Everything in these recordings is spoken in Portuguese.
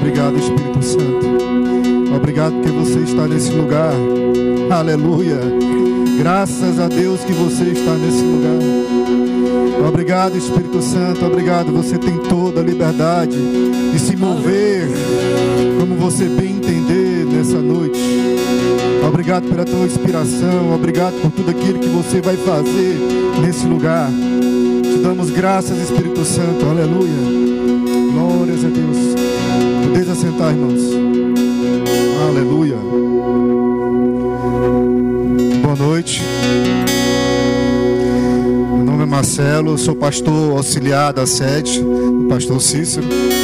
Obrigado, Espírito Santo. Obrigado porque você está nesse lugar. Aleluia. Graças a Deus que você está nesse lugar. Obrigado, Espírito Santo. Obrigado. Você tem toda a liberdade de se mover como você bem entender nessa noite. Obrigado pela tua inspiração. Obrigado por tudo aquilo que você vai fazer nesse lugar. Te damos graças, Espírito Santo. Aleluia. Glórias a Deus. Podeis assentar, irmãos. Aleluia. Boa noite. Meu nome é Marcelo, sou pastor auxiliar da sede, do pastor Cícero.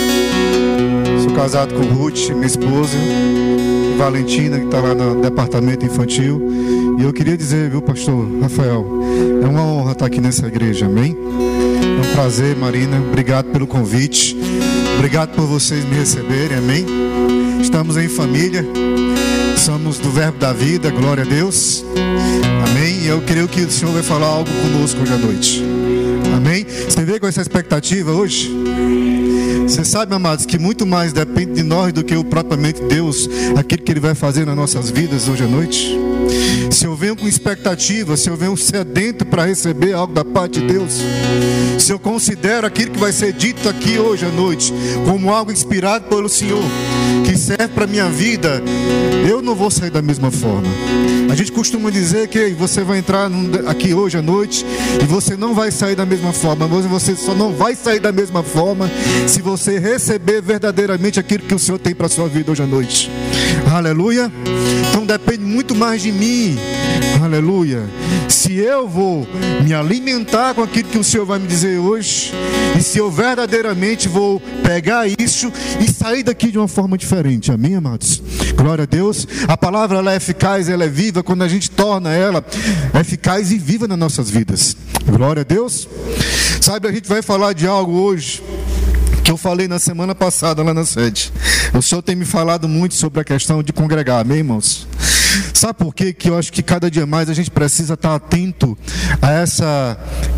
Sou casado com Ruth, minha esposa, e Valentina, que está lá no departamento infantil. E eu queria dizer, viu, pastor Rafael, é uma honra estar aqui nessa igreja, amém? É um prazer, Marina, obrigado pelo convite. Obrigado por vocês me receberem, amém? Estamos em família, somos do Verbo da Vida, glória a Deus, amém? E eu creio que o Senhor vai falar algo conosco hoje à noite, amém? Você veio com essa expectativa hoje? Você sabe, amados, que muito mais depende de nós do que o propriamente Deus, aquilo que Ele vai fazer nas nossas vidas hoje à noite. Se eu venho com expectativa, se eu venho sedento para receber algo da parte de Deus, se eu considero aquilo que vai ser dito aqui hoje à noite como algo inspirado pelo Senhor, que serve para a minha vida, eu não vou sair da mesma forma. A gente costuma dizer que você vai entrar aqui hoje à noite e você não vai sair da mesma forma, mas você só não vai sair da mesma forma se você receber verdadeiramente aquilo que o Senhor tem para a sua vida hoje à noite. Aleluia. Então depende muito mais de mim, aleluia, se eu vou me alimentar com aquilo que o Senhor vai me dizer hoje, e se eu verdadeiramente vou pegar isso e sair daqui de uma forma diferente, amém, amados? Glória a Deus. A palavra ela é eficaz, ela é viva quando a gente torna ela eficaz e viva nas nossas vidas. Glória a Deus. Sabe, a gente vai falar de algo hoje que eu falei na semana passada lá na sede. O Senhor tem me falado muito sobre a questão de congregar, amém, irmãos? Sabe por quê? Que eu acho que cada dia mais a gente precisa estar atento a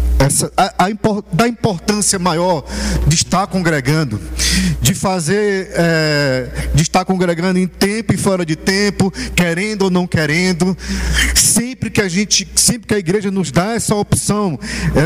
da importância maior de estar congregando, de fazer, de estar congregando em tempo e fora de tempo, querendo ou não querendo, sempre que a igreja nos dá essa opção,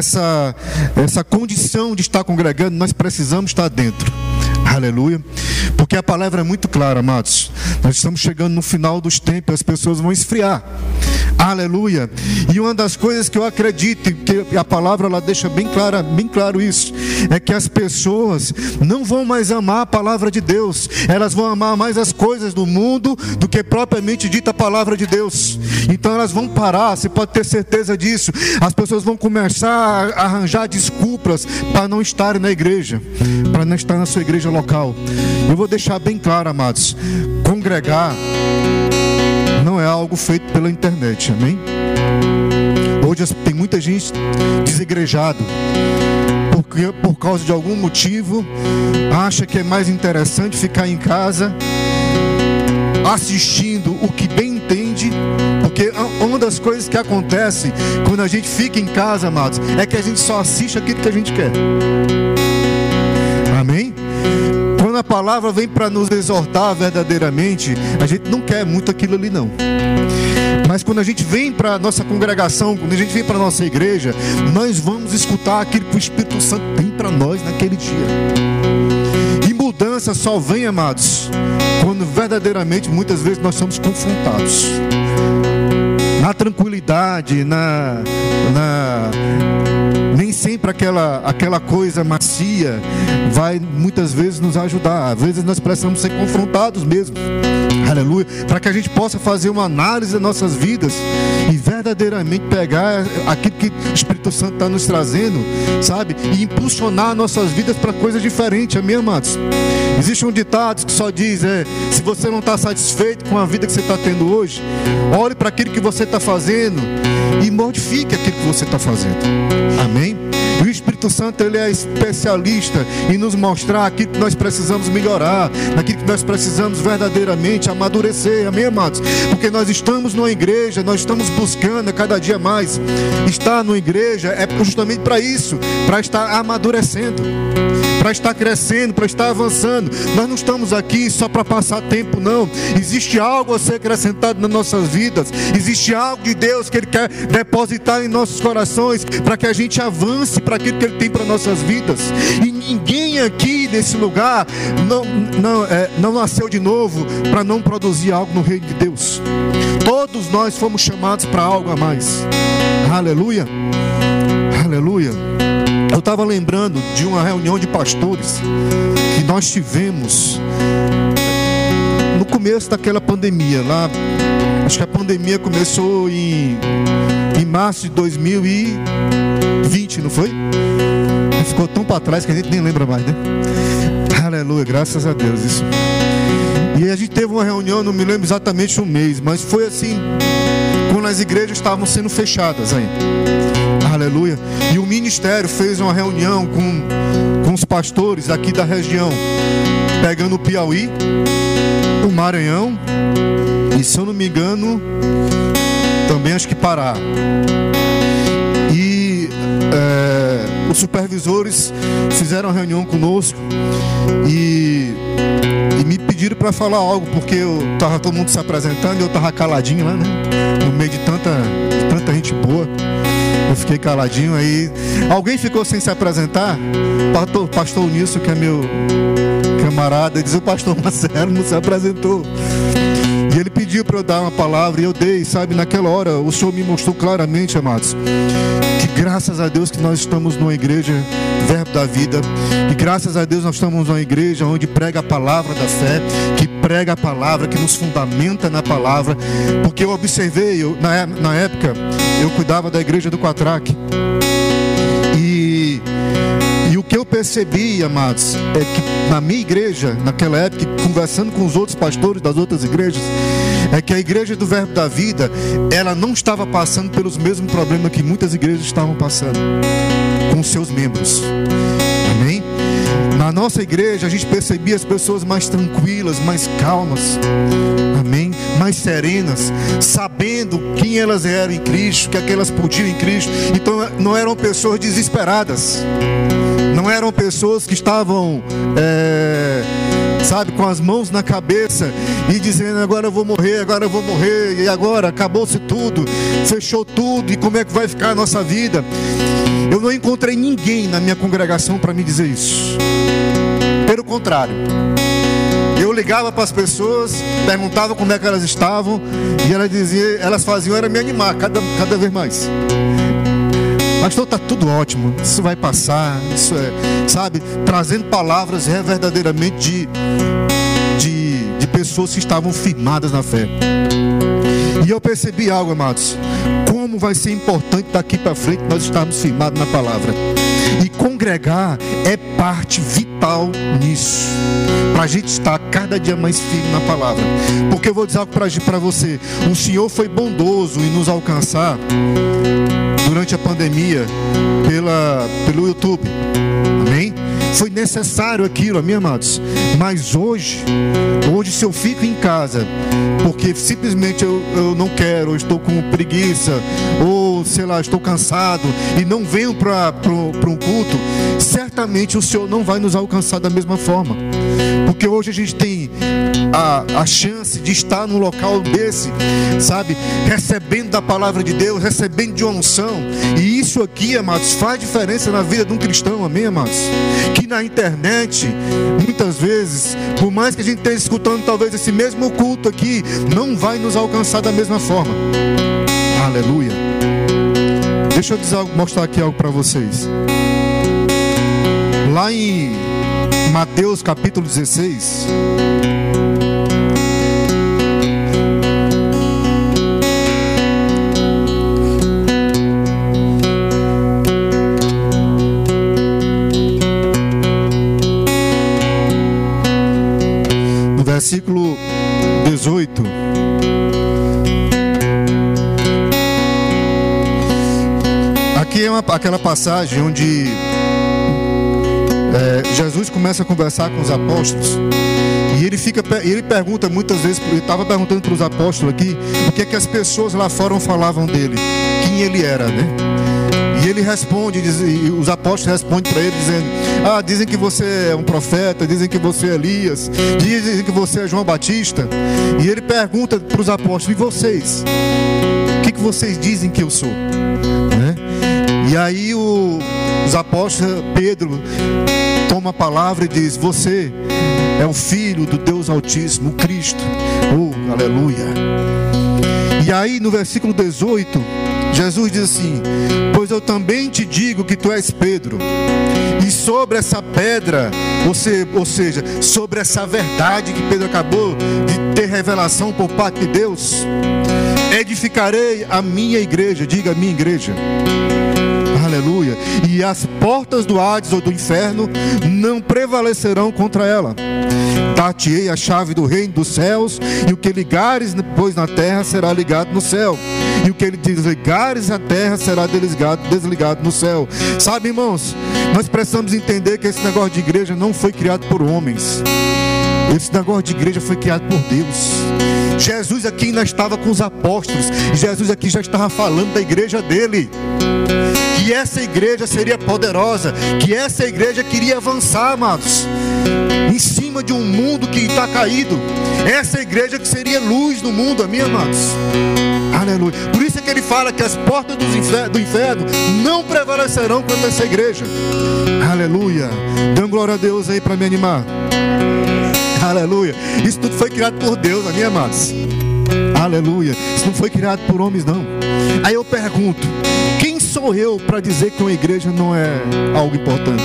essa condição de estar congregando, nós precisamos estar dentro. Aleluia. Porque a palavra é muito clara, amados. Nós estamos chegando no final dos tempos, as pessoas vão esfriar. Aleluia. E uma das coisas que eu acredito, que a palavra ela deixa bem claro isso, é que as pessoas não vão mais amar a palavra de Deus. Elas vão amar mais as coisas do mundo do que propriamente dita a palavra de Deus. Então elas vão parar, você pode ter certeza disso. As pessoas vão começar a arranjar desculpas para não estarem na igreja, para não estar na sua igreja local. Eu vou deixar bem claro, amados, congregar não é algo feito pela internet, amém? Hoje tem muita gente desigrejada, porque por causa de algum motivo acha que é mais interessante ficar em casa assistindo o que bem entende. Porque uma das coisas que acontece quando a gente fica em casa, amados, é que a gente só assiste aquilo que a gente quer. Amém? Quando a palavra vem para nos exortar verdadeiramente, a gente não quer muito aquilo ali não. Mas quando a gente vem para a nossa congregação, quando a gente vem para a nossa igreja, nós vamos escutar aquilo que o Espírito Santo tem para nós naquele dia. E mudança só vem, amados, quando verdadeiramente muitas vezes nós somos confrontados. Na tranquilidade, nem sempre aquela coisa macia vai muitas vezes nos ajudar. Às vezes nós precisamos ser confrontados mesmo, aleluia, para que a gente possa fazer uma análise das nossas vidas e verdadeiramente pegar aquilo que o Espírito Santo está nos trazendo, sabe, e impulsionar nossas vidas para coisas diferentes, amém, amados? Existe um ditado que só diz, se você não está satisfeito com a vida que você está tendo hoje, olhe para aquilo que você está fazendo e modifique aquilo que você está fazendo, amém? E o Espírito Santo, ele é especialista em nos mostrar aquilo que nós precisamos melhorar, naquilo que nós precisamos verdadeiramente amadurecer, amém, amados? Porque nós estamos numa igreja, nós estamos buscando a cada dia mais. Estar numa igreja é justamente para isso, para estar amadurecendo. para estar crescendo, para estar avançando. Nós não estamos aqui só para passar tempo, não. Existe algo a ser acrescentado nas nossas vidas. Existe algo de Deus que Ele quer depositar em nossos corações, para que a gente avance para aquilo que Ele tem para nossas vidas. E ninguém aqui nesse lugar não nasceu de novo para não produzir algo no reino de Deus. Todos nós fomos chamados para algo a mais. Aleluia, aleluia. Eu estava lembrando de uma reunião de pastores que nós tivemos no começo daquela pandemia lá. Acho que a pandemia começou em março de 2020, não foi? Ficou tão para trás que a gente nem lembra mais, né? Aleluia, graças a Deus isso. E a gente teve uma reunião, não me lembro exatamente um mês, mas foi assim, quando as igrejas estavam sendo fechadas aí. Aleluia. E o ministério fez uma reunião com os pastores aqui da região, pegando o Piauí, o Maranhão e, se eu não me engano, também acho que Pará. E os supervisores fizeram uma reunião conosco e me pediram para falar algo, porque estava todo mundo se apresentando e eu estava caladinho lá, né? No meio de tanta gente boa. Eu fiquei caladinho. Aí alguém ficou sem se apresentar. Pastor Nilson, que é meu camarada, diz: o pastor Marcelo não se apresentou. E ele pediu para eu dar uma palavra e eu dei, sabe? Naquela hora o Senhor me mostrou claramente, amados, que graças a Deus que nós estamos numa igreja Verbo da Vida, e graças a Deus nós estamos numa igreja onde prega a palavra da fé, que prega a palavra, que nos fundamenta na palavra. Porque eu observei, na época eu cuidava da igreja do Quatraque, e o que eu percebi, amados, é que na minha igreja, naquela época, conversando com os outros pastores das outras igrejas, é que a igreja do Verbo da Vida, ela não estava passando pelos mesmos problemas que muitas igrejas estavam passando com seus membros. Amém? Na nossa igreja a gente percebia as pessoas mais tranquilas, mais calmas, amém? Mais serenas, sabendo quem elas eram em Cristo, o que é que elas podiam em Cristo. Então não eram pessoas desesperadas, não eram pessoas que estavam sabe, com as mãos na cabeça e dizendo: agora eu vou morrer, e agora acabou-se tudo, fechou tudo, e como é que vai ficar a nossa vida? Eu não encontrei ninguém na minha congregação para me dizer isso. Pelo contrário, eu ligava para as pessoas, perguntava como é que elas estavam, e elas faziam era me animar cada vez mais. Pastor, está tudo ótimo, isso vai passar, isso sabe, trazendo palavras verdadeiramente de pessoas que estavam firmadas na fé. E eu percebi algo, amados, como vai ser importante daqui para frente nós estarmos firmados na palavra. E congregar é parte vital nisso, para a gente estar cada dia mais firme na palavra. Porque eu vou dizer algo para você: o Senhor foi bondoso em nos alcançar durante a pandemia pelo YouTube, amém? Foi necessário aquilo, amém, amados? Mas hoje se eu fico em casa porque simplesmente eu não quero, eu estou com preguiça, ou sei lá, estou cansado e não venho para um culto, certamente o Senhor não vai nos alcançar da mesma forma. Porque hoje a gente tem a chance de estar num local desse, sabe, recebendo da palavra de Deus, recebendo de uma unção. E isso aqui, amados, faz diferença na vida de um cristão, amém, amados? Que na internet, muitas vezes, por mais que a gente esteja escutando talvez esse mesmo culto aqui, não vai nos alcançar da mesma forma. Aleluia. Deixa eu dizer algo, mostrar aqui algo para vocês. Lá em Mateus capítulo 16, no versículo 18, aqui é aquela passagem onde Jesus começa a conversar com os apóstolos, e ele pergunta muitas vezes, ele estava perguntando para os apóstolos aqui, o que é que as pessoas lá fora falavam dele, quem ele era, né? E ele responde, e os apóstolos respondem para ele dizendo: dizem que você é um profeta, dizem que você é Elias, dizem que você é João Batista. E ele pergunta para os apóstolos: e vocês? O que vocês dizem que eu sou? Né? E aí os apóstolos, Pedro toma a palavra e diz: você é o Filho do Deus Altíssimo, o Cristo. Oh, aleluia. E aí no versículo 18, Jesus diz assim: pois eu também te digo que tu és Pedro, e sobre essa pedra, ou seja, sobre essa verdade que Pedro acabou de ter revelação por parte de Deus, edificarei a minha igreja. Diga: a minha igreja. Aleluia. E as portas do Hades ou do inferno não prevalecerão contra ela. Dar-te-ei a chave do reino dos céus, e o que ligares depois na terra será ligado no céu, e o que desligares na terra será desligado no céu. Sabe, irmãos, nós precisamos entender que esse negócio de igreja não foi criado por homens. Esse negócio de igreja foi criado por Deus. Jesus aqui ainda estava com os apóstolos, e Jesus aqui já estava falando da igreja dele, que essa igreja seria poderosa, que essa igreja queria avançar, amados, em cima de um mundo que está caído. Essa igreja que seria luz no mundo, amém, amados? Aleluia. Por isso é que ele fala que as portas do inferno não prevalecerão contra essa igreja. Aleluia. Dê glória a Deus aí para me animar. Aleluia. Isso tudo foi criado por Deus, amém, amados? Aleluia. Isso não foi criado por homens, não. Aí eu pergunto: quem sou eu para dizer que uma igreja não é algo importante?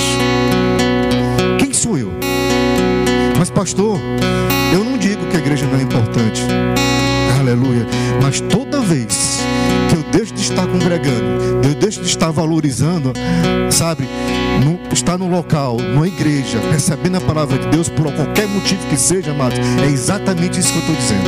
Quem sou eu? Mas pastor, eu não digo que a igreja não é importante. Aleluia. Mas toda vez que eu deixo de estar congregando, eu deixo de estar valorizando, sabe, estar no local, numa igreja, recebendo a palavra de Deus, por qualquer motivo que seja, amados, é exatamente isso que eu estou dizendo.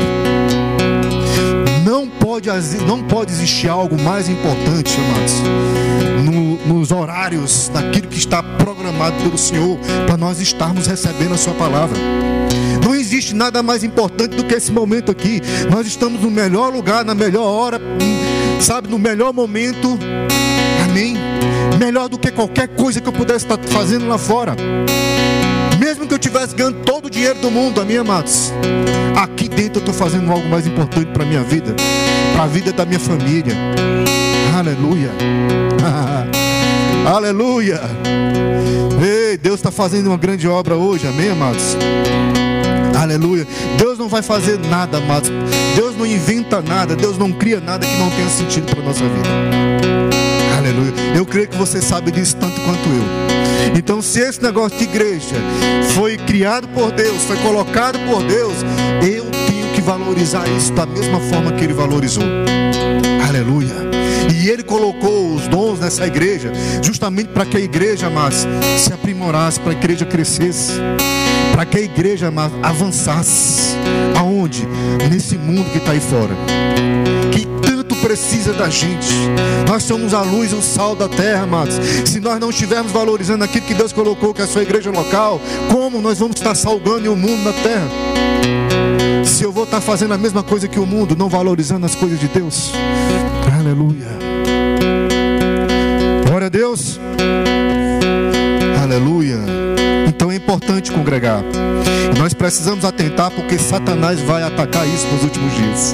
Não pode existir algo mais importante, amados, nos horários daquilo que está programado pelo Senhor, para nós estarmos recebendo a sua palavra. Não existe nada mais importante do que esse momento aqui. Nós estamos no melhor lugar, na melhor hora, sabe, no melhor momento. Amém? Melhor do que qualquer coisa que eu pudesse estar fazendo lá fora. Mesmo que eu estivesse ganhando todo o dinheiro do mundo, amém, amados, aqui dentro eu estou fazendo algo mais importante para a minha vida, para a vida da minha família. Aleluia. Aleluia. Ei, Deus está fazendo uma grande obra hoje, amém, amados? Aleluia. Deus não vai fazer nada, amados. Deus não inventa nada, Deus não cria nada que não tenha sentido para a nossa vida. Aleluia. Eu creio que você sabe disso tanto quanto eu. Então, se esse negócio de igreja foi criado por Deus, foi colocado por Deus, eu tenho que valorizar isso da mesma forma que Ele valorizou. Aleluia. E Ele colocou os dons nessa igreja justamente para que a igreja, amados, se aprimorasse, para que a igreja crescesse, para que a igreja, amados, avançasse. Aonde? Nesse mundo que está aí fora, que tanto precisa da gente. Nós somos a luz e o sal da terra, amados. Se nós não estivermos valorizando aquilo que Deus colocou, que é a sua igreja local, como nós vamos estar salgando o mundo na terra? Se eu vou estar fazendo a mesma coisa que o mundo, não valorizando as coisas de Deus. Aleluia. Glória a Deus. Aleluia. Então é importante congregar. E nós precisamos atentar, porque Satanás vai atacar isso nos últimos dias.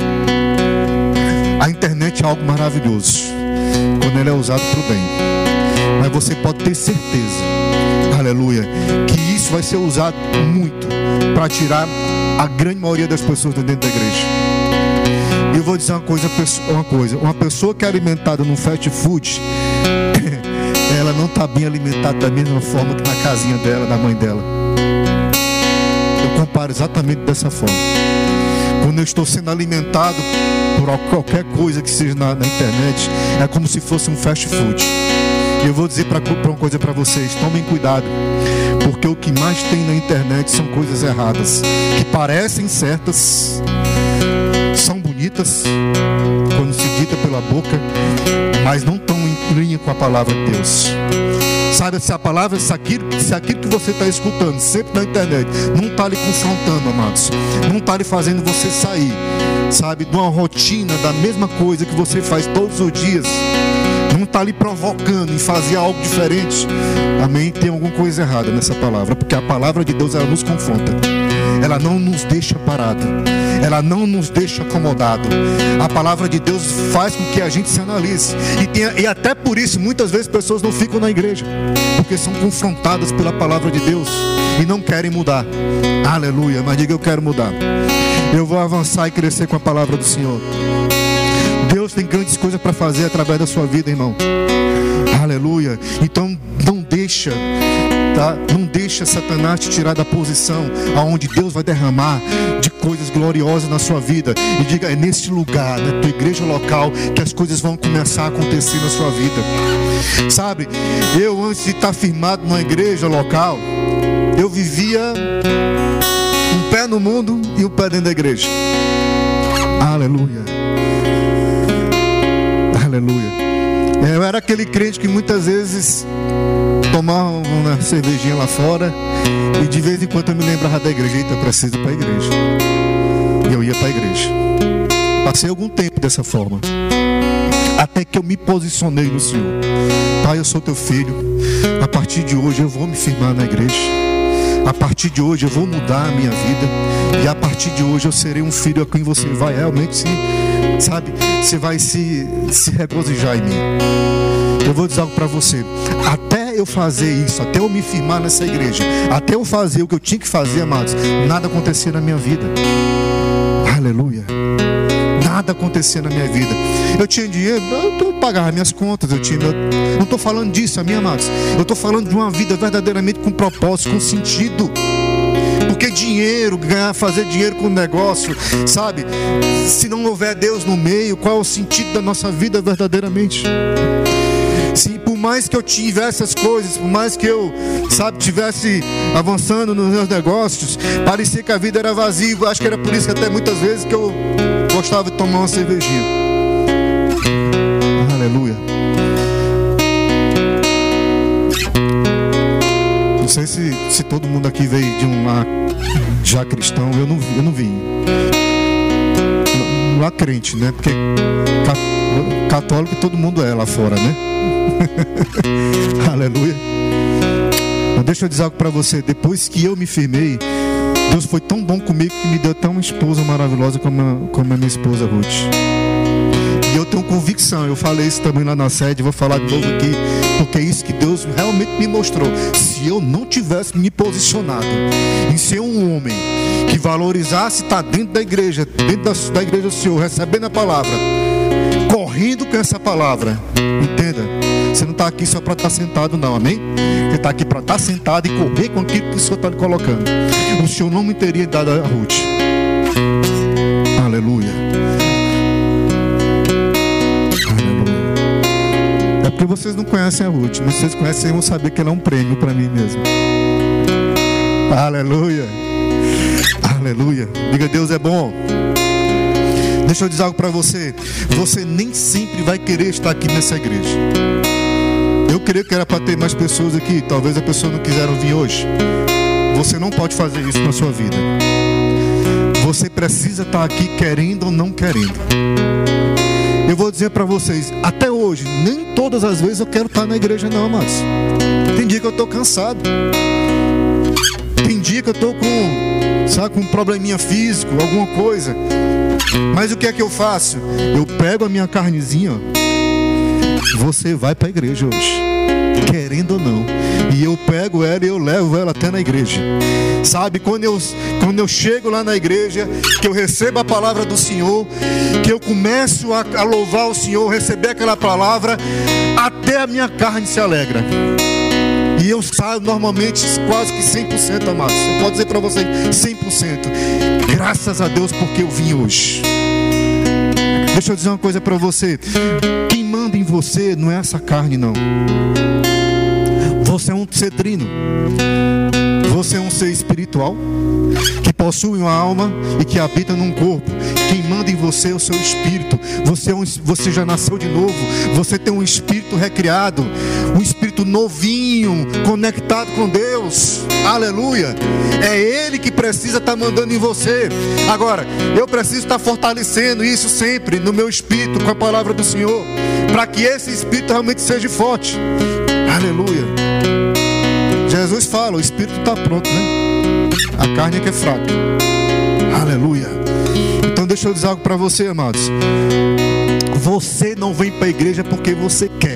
A internet é algo maravilhoso quando ela é usada para o bem. Mas você pode ter certeza, aleluia, que isso vai ser usado muito para tirar a grande maioria das pessoas de dentro da igreja. E eu vou dizer uma pessoa que é alimentada num fast food, ela não está bem alimentada da mesma forma que na casinha dela, da mãe dela. Eu comparo exatamente dessa forma. Quando eu estou sendo alimentado por qualquer coisa que seja na internet, é como se fosse um fast food. E eu vou dizer uma coisa para vocês: tomem cuidado, porque o que mais tem na internet são coisas erradas, que parecem certas, são bonitas quando se dita pela boca, mas não estão em linha com a palavra de Deus. Sabe, se a palavra, se aquilo que você está escutando sempre na internet não está lhe confrontando, amados, não está lhe fazendo você sair, sabe, de uma rotina da mesma coisa que você faz todos os dias, não não está lhe provocando em fazer algo diferente, amém, tem alguma coisa errada nessa palavra, porque a palavra de Deus, ela nos confronta, ela não nos deixa parado, ela não nos deixa acomodado. A palavra de Deus faz com que a gente se analise, e até por isso muitas vezes pessoas não ficam na igreja, porque são confrontadas pela palavra de Deus e não querem mudar. Aleluia. Mas diga: eu quero mudar, eu vou avançar e crescer com a palavra do Senhor. Deus tem grandes coisas para fazer através da sua vida, irmão. Aleluia. Então não deixa, tá? Não deixa Satanás te tirar da posição aonde Deus vai derramar de coisas gloriosas na sua vida. E diga: é neste lugar, na tua igreja local, que as coisas vão começar a acontecer na sua vida. Sabe, eu antes de estar firmado numa igreja local, eu vivia um pé no mundo e um pé dentro da igreja. Aleluia. Aleluia. Eu era aquele crente que muitas vezes tomava uma cervejinha lá fora e de vez em quando eu me lembrava da igreja. Eita, eu preciso ir para a igreja. E eu ia para a igreja. Passei algum tempo dessa forma, até que eu me posicionei no Senhor. Pai, eu sou teu filho. A partir de hoje eu vou me firmar na igreja. A partir de hoje eu vou mudar a minha vida. E a partir de hoje eu serei um filho a quem você vai realmente se, sabe, você vai se regozijar em mim. Eu vou dizer algo para você: até eu fazer isso, até eu me firmar nessa igreja, até eu fazer o que eu tinha que fazer, amados, nada acontecia na minha vida. Aleluia. Nada acontecia na minha vida. Eu tinha dinheiro, eu pagava minhas contas, não estou falando disso, amém, amados. Eu estou falando de uma vida verdadeiramente com propósito, com sentido. Porque dinheiro, fazer dinheiro com negócio, sabe, se não houver Deus no meio, qual é o sentido da nossa vida verdadeiramente? Sim, por mais que eu tivesse as coisas, por mais que eu, sabe, tivesse avançando nos meus negócios, parecia que a vida era vazia. Acho que era por isso que até muitas vezes que eu gostava de tomar uma cervejinha. Aleluia. Não sei se todo mundo aqui veio de um lar já cristão. Eu não vim. Um lar crente, né? Porque católico todo mundo é lá fora, né? Aleluia. Mas deixa eu dizer algo para você. Depois que eu me firmei, Deus foi tão bom comigo que me deu tão uma esposa maravilhosa como a minha esposa Ruth. E eu tenho convicção, eu falei isso também lá na sede, vou falar de novo aqui, porque é isso que Deus realmente me mostrou. Se eu não tivesse me posicionado em ser um homem que valorizasse estar dentro da igreja, da igreja do Senhor, recebendo a palavra, correndo com essa palavra, entenda, você não está aqui só para estar sentado não, amém? Você está aqui para estar sentado e correr com aquilo que o Senhor está lhe colocando. O Senhor não me teria dado a Ruth. Aleluia. É porque vocês não conhecem a Ruth, mas vocês conhecem, vão saber que ela é um prêmio para mim mesmo. Aleluia. Aleluia. Diga: Deus é bom. Deixa eu dizer algo para você. Você nem sempre vai querer estar aqui nessa igreja. Eu creio que era para ter mais pessoas aqui. Talvez as pessoas não quiseram vir hoje. Você não pode fazer isso na sua vida. Você precisa estar aqui querendo ou não querendo. Eu vou dizer para vocês, até hoje, nem todas as vezes eu quero estar na igreja não, amados. Tem dia que eu estou cansado. Tem dia que eu estou com um probleminha físico, alguma coisa. Mas o que é que eu faço? Eu pego a minha carnezinha, você vai para a igreja hoje, querendo ou não. E eu pego ela e eu levo ela até na igreja. Sabe, quando eu chego lá na igreja, que eu recebo a palavra do Senhor, que eu começo a louvar o Senhor, receber aquela palavra, até a minha carne se alegra. E eu saio normalmente quase que 100%, amados. Eu posso dizer para vocês, 100%. Graças a Deus porque eu vim hoje. Deixa eu dizer uma coisa para você. Quem manda em você não é essa carne, não. Você é um cedrino. Você é um ser espiritual que possui uma alma e que habita num corpo. Quem manda em você é o seu espírito. Você já nasceu de novo. Você tem um espírito recriado, um espírito novinho, conectado com Deus. Aleluia. É Ele que precisa estar mandando em você. Agora, eu preciso estar fortalecendo isso sempre no meu espírito com a palavra do Senhor. para que esse espírito realmente seja forte. Aleluia. Jesus fala, o espírito está pronto, né? A carne é que é fraca. Aleluia. Então deixa eu dizer algo para você, amados. Você não vem para a igreja porque você quer.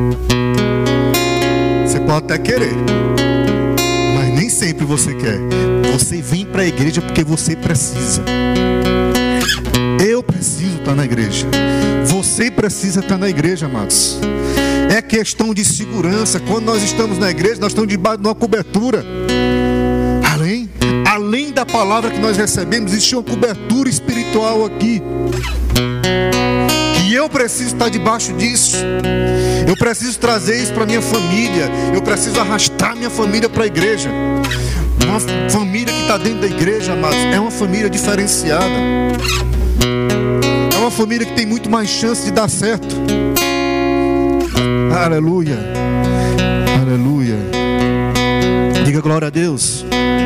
Você pode até querer, mas nem sempre você quer. Você vem para a igreja porque você precisa. Eu preciso estar na igreja. Você precisa estar na igreja, amados. É questão de segurança. Quando nós estamos na igreja, nós estamos debaixo de uma cobertura. Além da palavra que nós recebemos, existe uma cobertura espiritual aqui. E eu preciso estar debaixo disso. Eu preciso trazer isso para minha família. Eu preciso arrastar minha família para a igreja. Uma família que está dentro da igreja, amados, é uma família diferenciada. É uma família que tem muito mais chance de dar certo. Aleluia. Aleluia. Diga glória a Deus.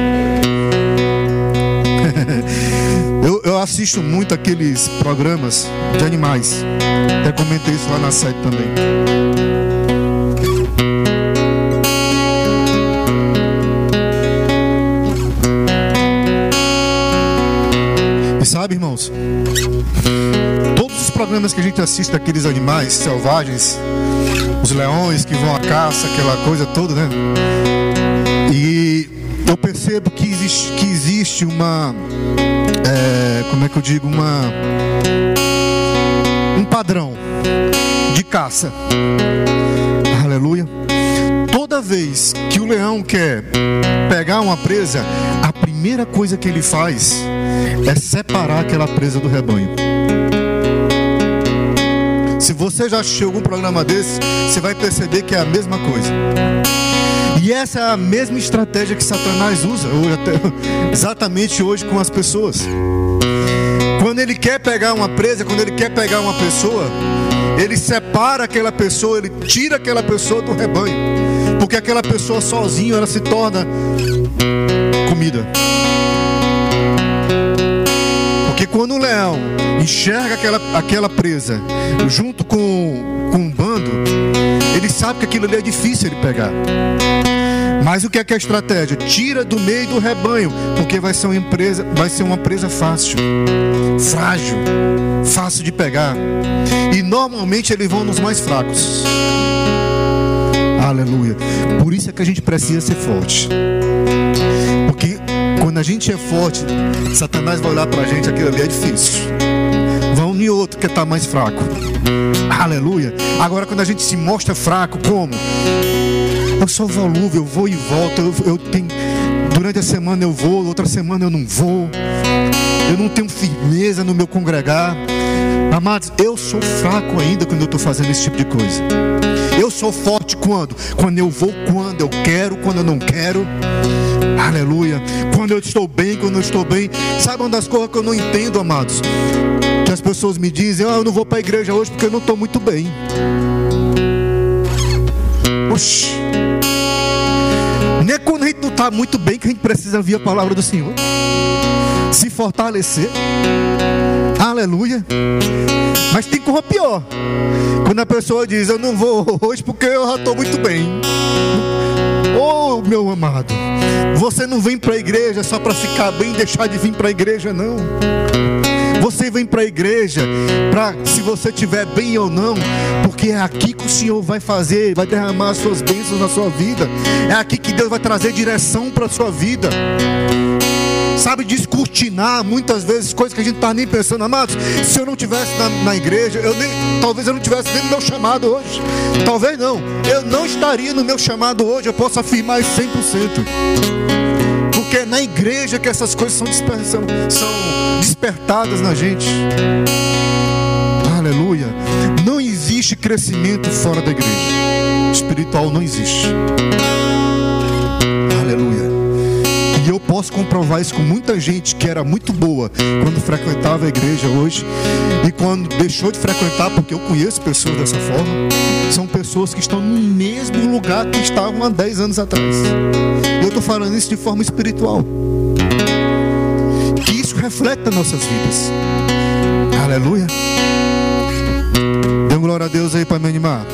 Eu assisto muito aqueles programas de animais. Até comentei isso lá na sede também. E sabe, irmãos, todos os programas que a gente assiste daqueles animais selvagens, os leões que vão à caça, aquela coisa toda, né? E eu percebo que existe uma... como é que eu digo? Um padrão de caça. Aleluia. Toda vez que o leão quer pegar uma presa, a primeira coisa que ele faz é separar aquela presa do rebanho. Se você já assistiu algum programa desse, você vai perceber que é a mesma coisa. E essa é a mesma estratégia que Satanás usa exatamente hoje com as pessoas. Quando ele quer pegar uma presa, quando ele quer pegar uma pessoa, ele separa aquela pessoa, ele tira aquela pessoa do rebanho, porque aquela pessoa sozinha ela se torna comida. Porque quando o leão enxerga aquela presa junto com um bando, ele sabe que aquilo ali é difícil ele pegar. Mas o que é a estratégia? Tira do meio do rebanho, porque vai ser uma presa fácil, frágil, fácil de pegar. E normalmente eles vão nos mais fracos. Aleluia. Por isso é que a gente precisa ser forte. Porque quando a gente é forte, Satanás vai olhar pra gente, aquilo ali é difícil. Vão em outro que está mais fraco. Aleluia. Agora quando a gente se mostra fraco, como? Eu sou volúvel, eu vou e volto. Eu tenho, durante a semana eu vou, outra semana eu não vou. Eu não tenho firmeza no meu congregar. Amados, eu sou fraco ainda quando eu estou fazendo esse tipo de coisa. Eu sou forte quando? Quando eu vou, quando eu quero, quando eu não quero. Aleluia. Quando eu estou bem, quando eu estou bem. Sabe uma das coisas que eu não entendo, amados? Que as pessoas me dizem, eu não vou para a igreja hoje porque eu não estou muito bem. Oxi. Nem é quando a gente não está muito bem que a gente precisa ouvir a palavra do Senhor, se fortalecer. Aleluia. Mas tem coisa pior, quando a pessoa diz, eu não vou hoje porque eu já estou muito bem. Oh, meu amado, você não vem para a igreja só para ficar bem e deixar de vir para a igreja, não. Você vem para a igreja para, se você estiver bem ou não, porque é aqui que o Senhor vai fazer, vai derramar as suas bênçãos na sua vida. É aqui que Deus vai trazer direção para a sua vida. Sabe, descortinar muitas vezes coisas que a gente está nem pensando. Amados, se eu não estivesse na igreja, talvez eu não estivesse nem no meu chamado hoje. Talvez não, eu não estaria no meu chamado hoje. Eu posso afirmar isso 100%. Porque é na igreja que essas coisas são despertadas na gente. Aleluia. Não existe crescimento fora da igreja. Espiritual não existe. Aleluia. E eu posso comprovar isso com muita gente que era muito boa quando frequentava a igreja hoje, e quando deixou de frequentar, porque eu conheço pessoas dessa forma, são pessoas que estão no mesmo lugar que estavam há 10 anos atrás. Eu estou falando isso de forma espiritual, que isso reflete as nossas vidas. Aleluia. Dê glória glória a Deus aí para me animar.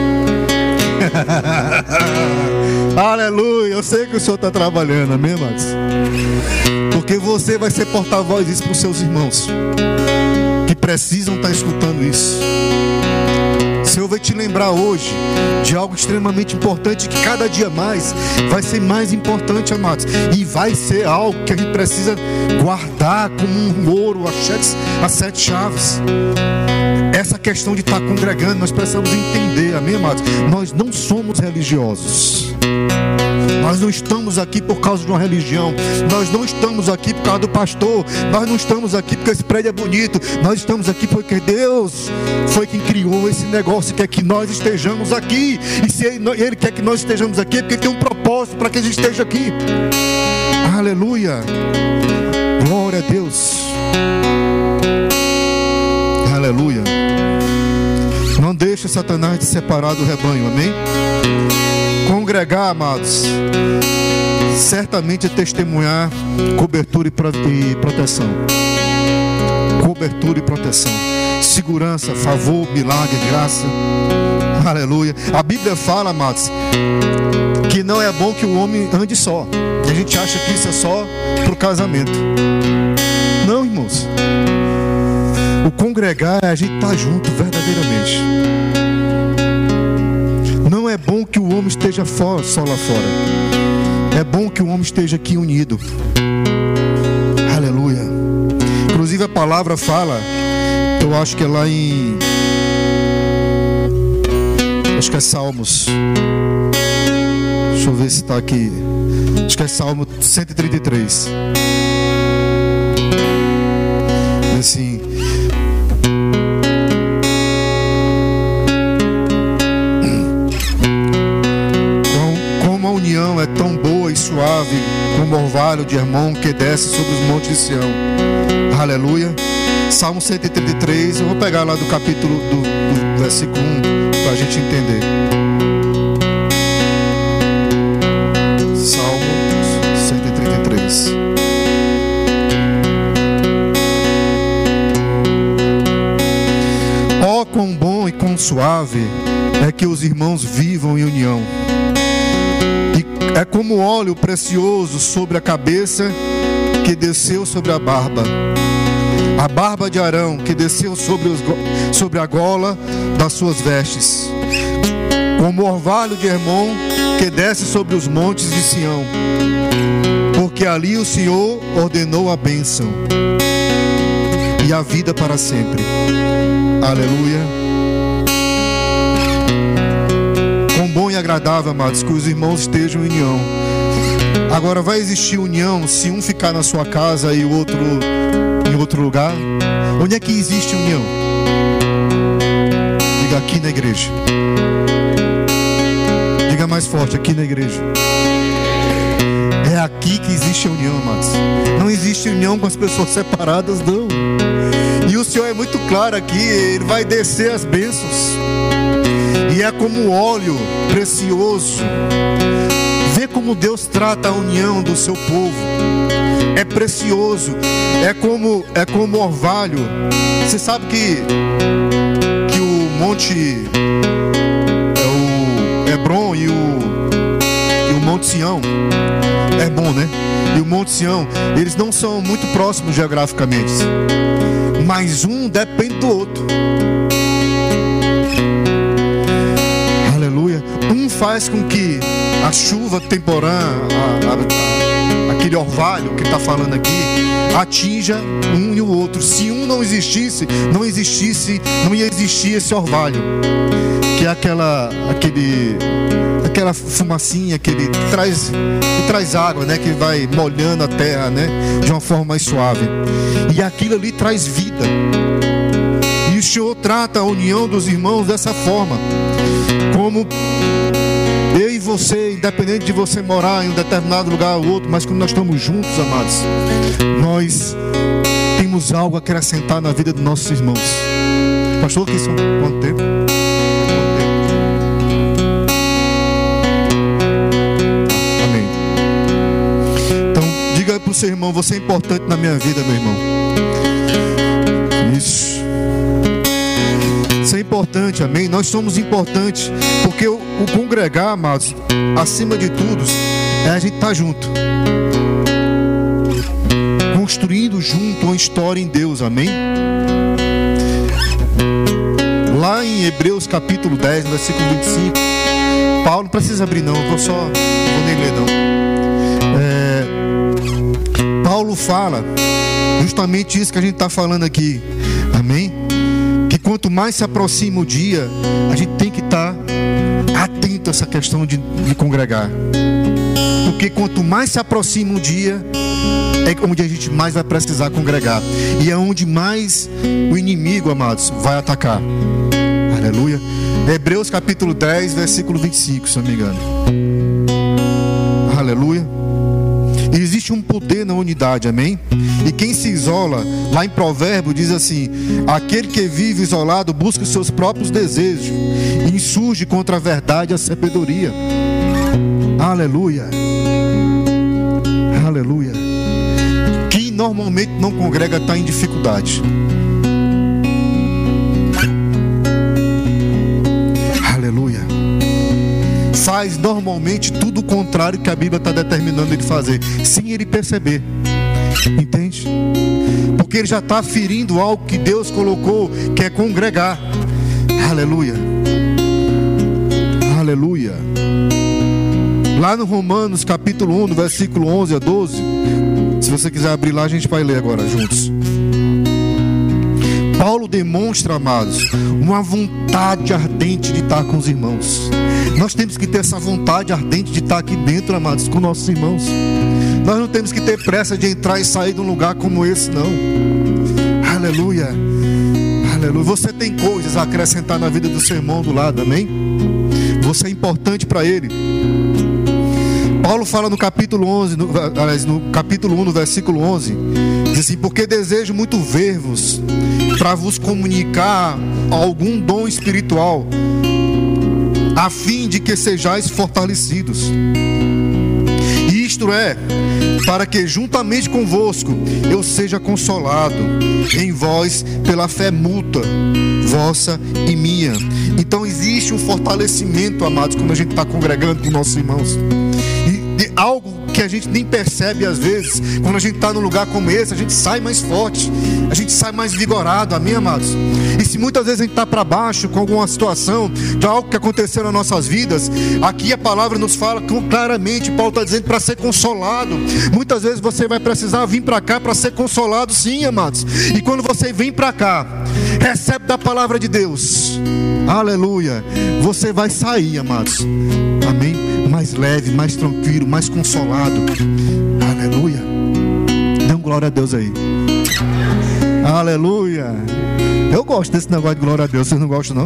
Aleluia. Eu sei que o Senhor está trabalhando, amém, amados? Porque você vai ser porta-voz disso para os seus irmãos que precisam estar escutando isso. O Senhor vai te lembrar hoje de algo extremamente importante, que cada dia mais vai ser mais importante, amados. E vai ser algo que a gente precisa guardar como um ouro, as 7 chaves. Essa questão de estar congregando, nós precisamos entender, amém, amados? Nós não somos religiosos. Nós não estamos aqui por causa de uma religião. Nós não estamos aqui por causa do pastor. Nós não estamos aqui porque esse prédio é bonito. Nós estamos aqui porque Deus foi quem criou esse negócio e quer que nós estejamos aqui. E se Ele quer que nós estejamos aqui, é porque tem um propósito para que a gente esteja aqui. Aleluia. Glória a Deus. Aleluia. Não deixe Satanás te separar do rebanho, amém? Congregar, amados, certamente é testemunhar cobertura e proteção. Cobertura e proteção. Segurança, favor, milagre, graça. Aleluia. A Bíblia fala, amados, que não é bom que o homem ande só. E a gente acha que isso é só para o casamento. Não, irmãos. O congregar é a gente estar junto verdadeiramente. Não é bom que o homem esteja fora, só lá fora. É bom que o homem esteja aqui unido. Aleluia. Inclusive a palavra fala, eu acho que é lá em... acho que é Salmos. Deixa eu ver se está aqui. Acho que é Salmo 133. Assim... é tão boa e suave como o orvalho de Hermon que desce sobre os montes de Sião. Aleluia. Salmo 133. Eu vou pegar lá do capítulo do versículo 1 para a gente entender. Salmo 133. Ó, quão bom e quão suave é que os irmãos vivam em união. É como óleo precioso sobre a cabeça que desceu sobre a barba de Arão que desceu sobre a gola das suas vestes, como o orvalho de Hermon que desce sobre os montes de Sião, porque ali o Senhor ordenou a bênção e a vida para sempre. Aleluia. Bom e agradável, amados, que os irmãos estejam em união. Agora, vai existir união se um ficar na sua casa e o outro em outro lugar? Onde é que existe união? Diga: aqui na igreja. Diga mais forte: aqui na igreja. É aqui que existe a união, amados. Não existe união com as pessoas separadas, não. E o Senhor é muito claro aqui. Ele vai descer as bênçãos. E é como óleo precioso. Vê como Deus trata a união do seu povo. É precioso. É como orvalho. Você sabe que o monte é o Hebron e o Monte Sião é bom, né? E o Monte Sião, eles não são muito próximos geograficamente, mas um depende do outro. Um faz com que a chuva temporã, aquele orvalho que está falando aqui, atinja um e o outro. Se um não existisse, não ia existir esse orvalho, que é aquela fumacinha que ele traz água, né, que vai molhando a terra, né, de uma forma mais suave. E aquilo ali traz vida. E o Senhor trata a união dos irmãos dessa forma. Como eu e você, independente de você morar em um determinado lugar ou outro, mas quando nós estamos juntos, amados, nós temos algo a acrescentar na vida dos nossos irmãos. Pastor, que isso? Quanto tempo? Amém. Então, diga para o seu irmão: você é importante na minha vida, meu irmão. Isso. Você é importante importante, amém? Nós somos importantes, porque o congregar, amados, acima de tudo, é a gente estar junto, construindo junto uma história em Deus, amém? Lá em Hebreus capítulo 10, versículo 25, Paulo, não precisa abrir não, não vou nem ler não. Paulo fala justamente isso que a gente está falando aqui, amém? Que quanto mais se aproxima o dia, a gente tem que estar atento a essa questão de congregar, porque quanto mais se aproxima o dia, é onde a gente mais vai precisar congregar, e é onde mais o inimigo, amados, vai atacar. Aleluia. Hebreus capítulo 10, versículo 25, se não me engano. Aleluia. Existe um poder na unidade, amém? E quem se isola, lá em Provérbio diz assim: aquele que vive isolado busca os seus próprios desejos e insurge contra a verdade e a sabedoria. Aleluia. Aleluia. Quem normalmente não congrega está em dificuldade. Aleluia. Faz normalmente tudo o contrário que a Bíblia está determinando ele fazer, sem ele perceber. Entende? Porque ele já está ferindo algo que Deus colocou, que é congregar. Aleluia. Aleluia. Lá no Romanos capítulo 1, versículo 11 a 12, se você quiser abrir lá, a gente vai ler agora juntos. Paulo demonstra, amados, uma vontade ardente de estar com os irmãos. Nós temos que ter essa vontade ardente de estar aqui dentro, amados, com nossos irmãos. Nós não temos que ter pressa de entrar e sair de um lugar como esse, não. Aleluia. Aleluia. Você tem coisas a acrescentar na vida do seu irmão do lado, amém? Você é importante para ele. Paulo fala no capítulo 11, no capítulo 1, no versículo 11, diz assim: porque desejo muito ver-vos, para vos comunicar algum dom espiritual, a fim de que sejais fortalecidos. Isto é, para que juntamente convosco eu seja consolado em vós pela fé mútua, vossa e minha. Então existe um fortalecimento, amados, quando a gente está congregando com nossos irmãos. E algo que a gente nem percebe às vezes, quando a gente está num lugar como esse, a gente sai mais forte, a gente sai mais vigorado, amém, amados? E se muitas vezes a gente está para baixo com alguma situação, de algo que aconteceu nas nossas vidas, aqui a palavra nos fala claramente, Paulo está dizendo para ser consolado. Muitas vezes você vai precisar vir para cá para ser consolado, sim, amados. E quando você vem para cá, recebe da palavra de Deus, aleluia, você vai sair, amados, amém? Mais leve, mais tranquilo, mais consolado. Aleluia. Dê um glória a Deus aí. Aleluia. Eu gosto desse negócio de glória a Deus. Vocês não gostam, não?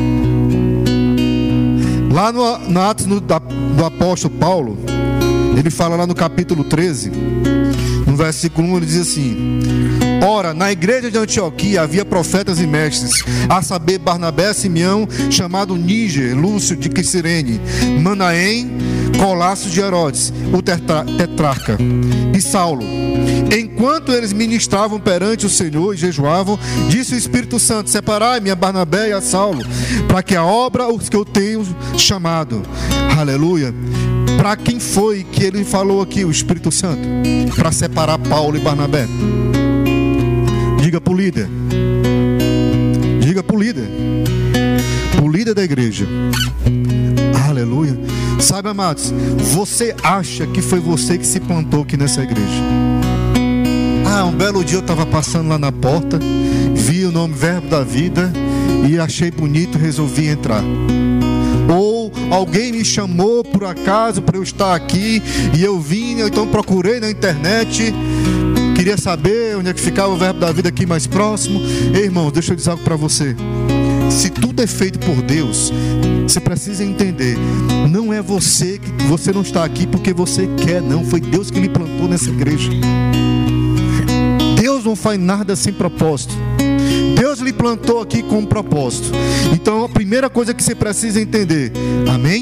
Lá no Atos do apóstolo Paulo, ele fala lá no capítulo 13, no versículo 1, ele diz assim: ora, na igreja de Antioquia havia profetas e mestres, a saber, Barnabé, Simeão, chamado Níger, Lúcio de Cirene, Manaém, Colasso de Herodes, o tetrarca, e Saulo. Enquanto eles ministravam perante o Senhor e jejuavam, disse o Espírito Santo: separai-me a Barnabé e a Saulo, para que a obra os que eu tenho chamado. Aleluia. Para quem foi que ele falou aqui, o Espírito Santo? Para separar Paulo e Barnabé. Diga para o líder. Diga para o líder. O líder da igreja. Aleluia. Sabe, amados, você acha que foi você que se plantou aqui nessa igreja? Um belo dia eu estava passando lá na porta, vi o nome Verbo da Vida e achei bonito, resolvi entrar. Ou alguém me chamou por acaso para eu estar aqui e eu vim, eu então procurei na internet, queria saber onde é que ficava o Verbo da Vida aqui mais próximo. Ei, irmão, deixa eu dizer algo para você. Se tudo é feito por Deus, você precisa entender, não é você não está aqui porque você quer, não. Foi Deus que lhe plantou nessa igreja. Deus não faz nada sem propósito. Deus lhe plantou aqui com um propósito. Então a primeira coisa que você precisa entender, amém?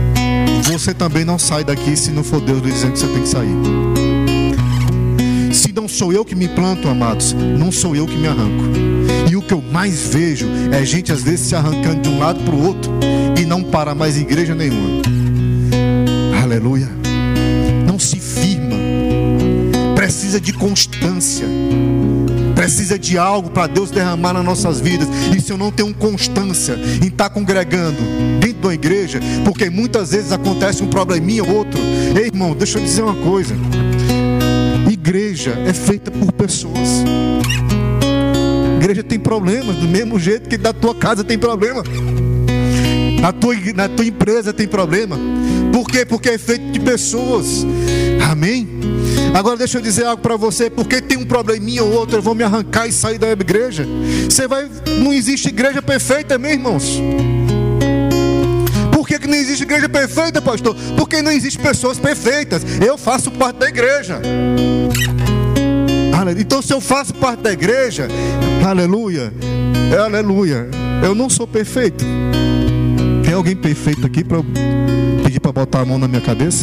Você também não sai daqui se não for Deus dizendo que você tem que sair. Se não sou eu que me planto, amados, não sou eu que me arranco. E o que eu mais vejo é gente às vezes se arrancando de um lado para o outro e não para mais em igreja nenhuma. Aleluia. Não se firma. Precisa de constância. Precisa de algo para Deus derramar nas nossas vidas. E se eu não tenho constância em estar congregando dentro da igreja, porque muitas vezes acontece um probleminha ou outro. Ei, irmão, deixa eu dizer uma coisa. Igreja é feita por pessoas. Igreja tem problemas, do mesmo jeito que da tua casa tem problema, na tua empresa tem problema. Por quê? Porque é feito de pessoas. Amém? Agora deixa eu dizer algo para você. Porque tem um probleminha ou outro, eu vou me arrancar e sair da igreja? Não existe igreja perfeita, amém, irmãos? Por que não existe igreja perfeita, pastor? Porque não existem pessoas perfeitas. Eu faço parte da igreja. Então se eu faço parte da igreja, aleluia, aleluia, eu não sou perfeito. Tem alguém perfeito aqui para pedir para botar a mão na minha cabeça?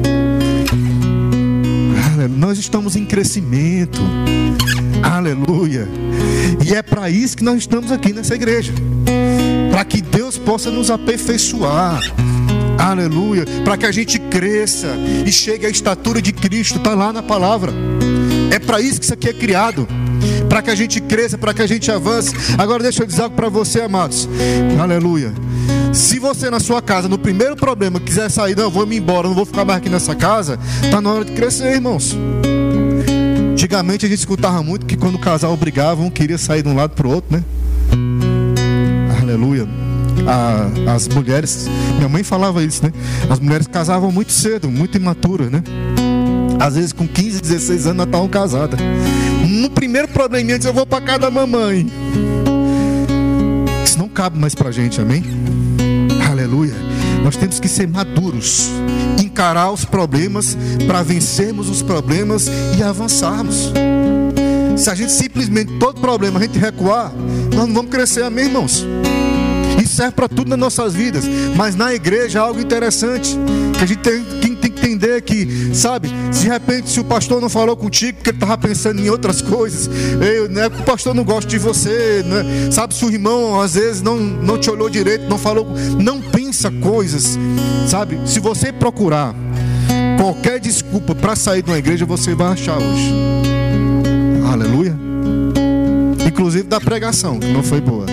Nós estamos em crescimento. Aleluia. E é para isso que nós estamos aqui nessa igreja, para que Deus possa nos aperfeiçoar. Aleluia. Para que a gente cresça e chegue à estatura de Cristo. Está lá na palavra. É para isso que isso aqui é criado, para que a gente cresça, para que a gente avance. Agora deixa eu dizer algo para você, amados. Aleluia. Se você na sua casa, no primeiro problema, quiser sair, não, eu vou me embora, não vou ficar mais aqui nessa casa, está na hora de crescer, irmãos. Antigamente a gente escutava muito que quando o casal brigava, um queria sair de um lado para o outro, né? Aleluia. As mulheres, minha mãe falava isso, né? As mulheres casavam muito cedo, muito imaturas, né? Às vezes com 15, 16 anos, nós estavam casadas. No primeiro probleminha, eu vou para casa da mamãe. Isso não cabe mais para a gente, amém? Aleluia. Nós temos que ser maduros, encarar os problemas para vencermos os problemas e avançarmos. Se a gente simplesmente, todo problema, a gente recuar, nós não vamos crescer, amém, irmãos? Isso serve para tudo nas nossas vidas. Mas na igreja há algo interessante, que a gente tem que entender que, sabe, de repente se o pastor não falou contigo porque ele estava pensando em outras coisas, não é que o pastor não gosta de você, né? Sabe, se o irmão às vezes não te olhou direito, não falou, não pensa coisas, sabe? Se você procurar qualquer desculpa para sair de uma igreja, você vai achar hoje. Aleluia. Inclusive da pregação, que não foi boa.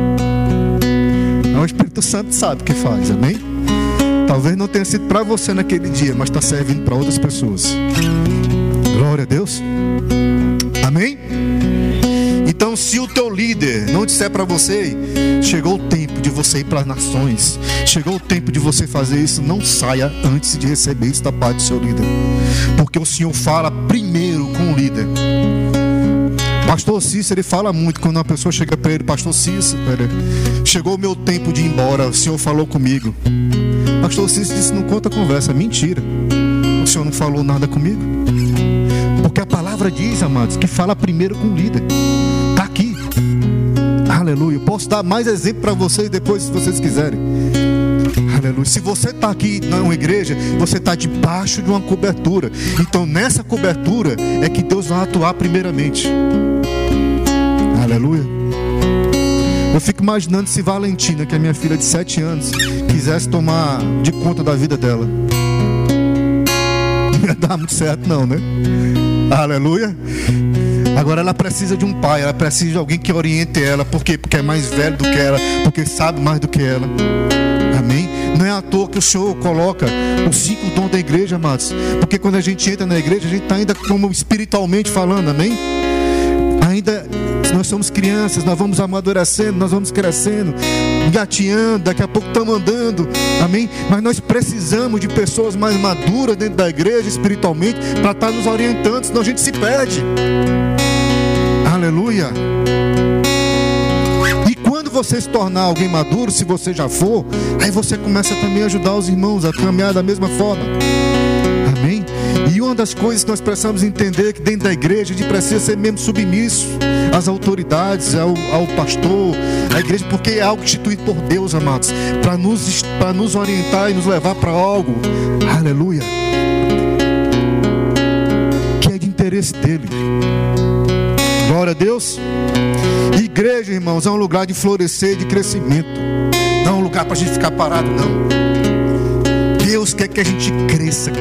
O Espírito Santo sabe o que faz, amém? Talvez não tenha sido para você naquele dia, mas está servindo para outras pessoas. Glória a Deus. Amém? Então, se o teu líder não disser para você, chegou o tempo de você ir para as nações, chegou o tempo de você fazer isso, não saia antes de receber isso da parte do seu líder, porque o Senhor fala primeiro com o líder. Pastor Cícero, ele fala muito quando uma pessoa chega para ele: Pastor Cícero, chegou o meu tempo de ir embora, o Senhor falou comigo. Pastor Cícero disse: não conta conversa. Mentira, o Senhor não falou nada comigo. Porque a palavra diz, amados, que fala primeiro com o líder. Está aqui. Aleluia. Eu posso dar mais exemplo para vocês depois, se vocês quiserem. Aleluia. Se você está aqui na igreja, você está debaixo de uma cobertura. Então nessa cobertura é que Deus vai atuar primeiramente. Aleluia. Eu fico imaginando se Valentina, que é minha filha de 7 anos, quisesse tomar de conta da vida dela. Não ia dar muito certo não, né? Aleluia. Agora ela precisa de um pai, ela precisa de alguém que oriente ela. Por quê? Porque é mais velho do que ela, porque sabe mais do que ela. Amém? Não é à toa que o Senhor coloca os 5 dons da igreja, amados. Porque quando a gente entra na igreja, a gente está ainda como espiritualmente falando, amém? Ainda nós somos crianças, nós vamos amadurecendo, nós vamos crescendo, engateando, daqui a pouco estamos andando, amém? Mas nós precisamos de pessoas mais maduras dentro da igreja, espiritualmente, para estar nos orientando, senão a gente se perde. Aleluia. E quando você se tornar alguém maduro, se você já for, aí você começa também a ajudar os irmãos a caminhar da mesma forma. Amém? E uma das coisas que nós precisamos entender é que dentro da igreja a gente precisa ser mesmo submisso às autoridades, ao pastor, à igreja, porque é algo instituído por Deus, amados, para nos orientar e nos levar para algo, aleluia, que é de interesse interesse dele. Glória a Deus. Igreja, irmãos, é um lugar de florescer, de crescimento. Não é um lugar para a gente ficar parado, não. Deus quer que a gente cresça.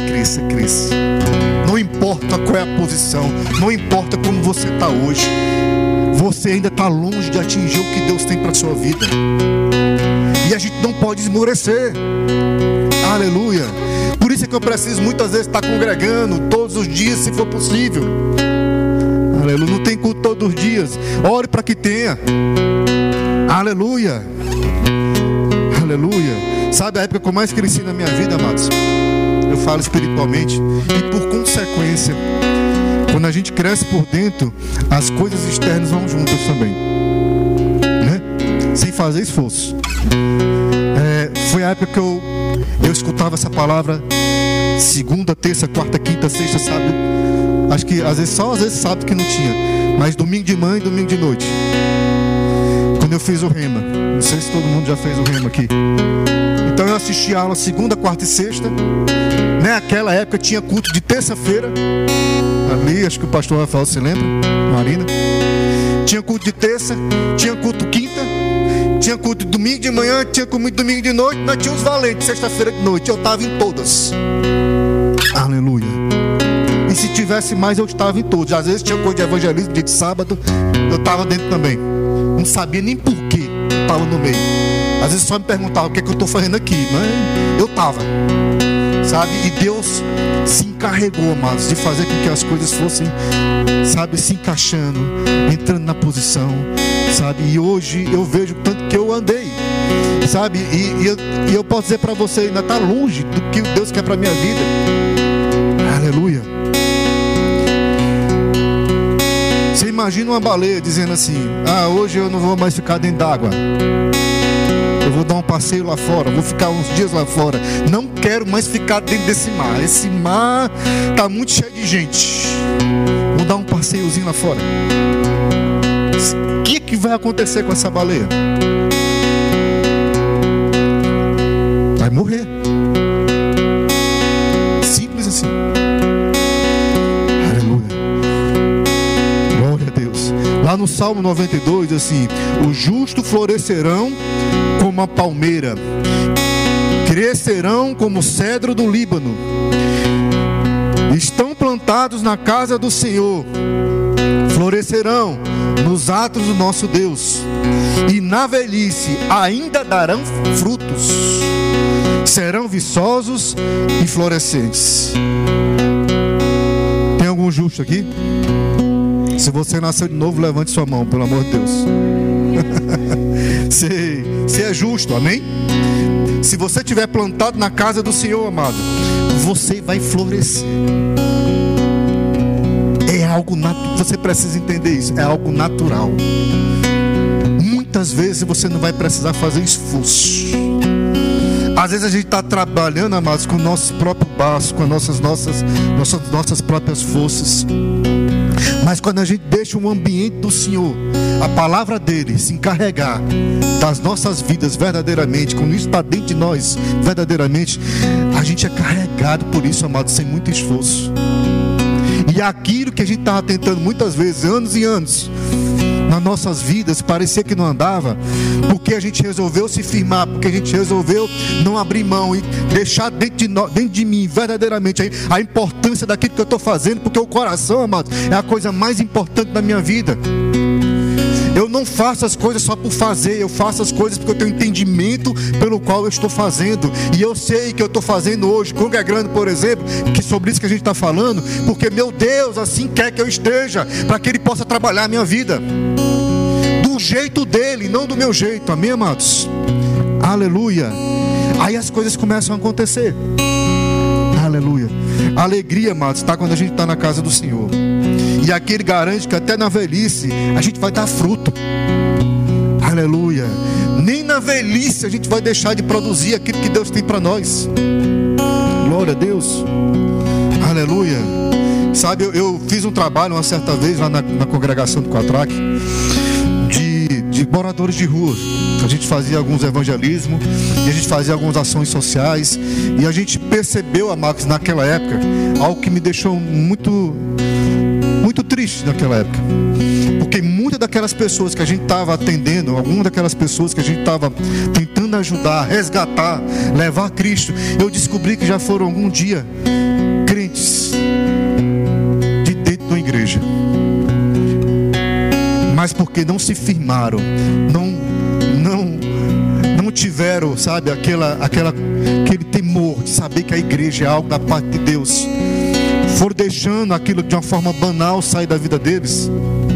Não importa qual é a posição, não importa como você está hoje, você ainda está longe de atingir o que Deus tem para a sua vida. E a gente não pode esmorecer. Aleluia. Por isso é que eu preciso muitas vezes estar congregando todos os dias, se for possível. Aleluia. Não tem culto todos os dias, ore para que tenha. Aleluia. Aleluia. Sabe a época que eu mais cresci na minha vida, amados? Eu falo espiritualmente. E por consequência, quando a gente cresce por dentro, as coisas externas vão juntas também, né? Sem fazer esforço. Foi a época que eu escutava essa palavra segunda, terça, quarta, quinta, sexta, sábado. Acho que às vezes sábado que não tinha, mas domingo de manhã e domingo de noite. Quando eu fiz o rema, não sei se todo mundo já fez o rema aqui. Então eu assisti a aula segunda, quarta e sexta. Naquela época tinha culto de terça-feira. Ali, acho que o pastor Rafael se lembra, Marina. Tinha culto de terça, tinha culto quinta, tinha culto de domingo de manhã, tinha culto de domingo de noite. Nós tínhamos valentes sexta-feira de noite. Eu estava em todas. Aleluia. E se tivesse mais, eu estava em todos. Às vezes tinha coisa de evangelismo, dia de sábado, eu estava dentro também. Não sabia nem por que eu estava no meio. Às vezes só me perguntava o que é que eu estou fazendo aqui, mas eu estava, sabe? E Deus se encarregou, amados, de fazer com que as coisas fossem, sabe, se encaixando, entrando na posição, sabe? E hoje eu vejo tanto que eu andei, sabe? E eu posso dizer para você, ainda está longe do que Deus quer para a minha vida. Aleluia. Você imagina uma baleia dizendo assim: hoje eu não vou mais ficar dentro d'água, eu vou dar um passeio lá fora, vou ficar uns dias lá fora, não quero mais ficar dentro desse mar, esse mar está muito cheio de gente, vou dar um passeiozinho lá fora. O que vai acontecer com essa baleia? Vai morrer. Simples assim. Lá no Salmo 92, assim: os justos florescerão como a palmeira, crescerão como o cedro do Líbano, estão plantados na casa do Senhor, florescerão nos atos do nosso Deus, e na velhice ainda darão frutos, serão viçosos e florescentes. Tem algum justo aqui? Se você nasceu de novo, levante sua mão, pelo amor de Deus. Você é justo, amém? Se você estiver plantado na casa do Senhor, amado, você vai florescer. É algo natural, você precisa entender isso. É algo natural. Muitas vezes você não vai precisar fazer esforço. Às vezes a gente está trabalhando, amados, com o nosso próprio braço, com as nossas próprias forças. Mas quando a gente deixa o ambiente do Senhor, a palavra dele se encarregar das nossas vidas verdadeiramente, quando isso está dentro de nós verdadeiramente, a gente é carregado por isso, amado, sem muito esforço. E aquilo que a gente estava tentando muitas vezes, anos e anos, nas nossas vidas, parecia que não andava, porque a gente resolveu se firmar, porque a gente resolveu não abrir mão e deixar dentro de mim verdadeiramente a importância daquilo que eu estou fazendo, porque o coração, amado, é a coisa mais importante da minha vida. Eu não faço as coisas só por fazer, eu faço as coisas porque eu tenho entendimento pelo qual eu estou fazendo. E eu sei que eu estou fazendo hoje, congregando, por exemplo, que sobre isso que a gente está falando, porque meu Deus assim quer que eu esteja, para que Ele possa trabalhar a minha vida do jeito dele, não do meu jeito, amém, amados? Aleluia. Aí as coisas começam a acontecer. Aleluia. A alegria, amados, está quando a gente está na casa do Senhor. E aqui Ele garante que até na velhice a gente vai dar fruto. Aleluia. Nem na velhice a gente vai deixar de produzir aquilo que Deus tem para nós. Glória a Deus. Aleluia. Sabe, eu fiz um trabalho uma certa vez lá na congregação do Quatraque de moradores de rua. A gente fazia alguns evangelismos e a gente fazia algumas ações sociais. E a gente percebeu, amados, naquela época, algo que me deixou muito triste naquela época. Porque muitas daquelas pessoas que a gente estava atendendo, algumas daquelas pessoas que a gente estava tentando ajudar, resgatar, levar a Cristo, eu descobri que já foram algum dia crentes de dentro da igreja. Mas porque não se firmaram, não tiveram, sabe, aquele temor de saber que a igreja é algo da parte de Deus, foram deixando aquilo de uma forma banal sair da vida deles.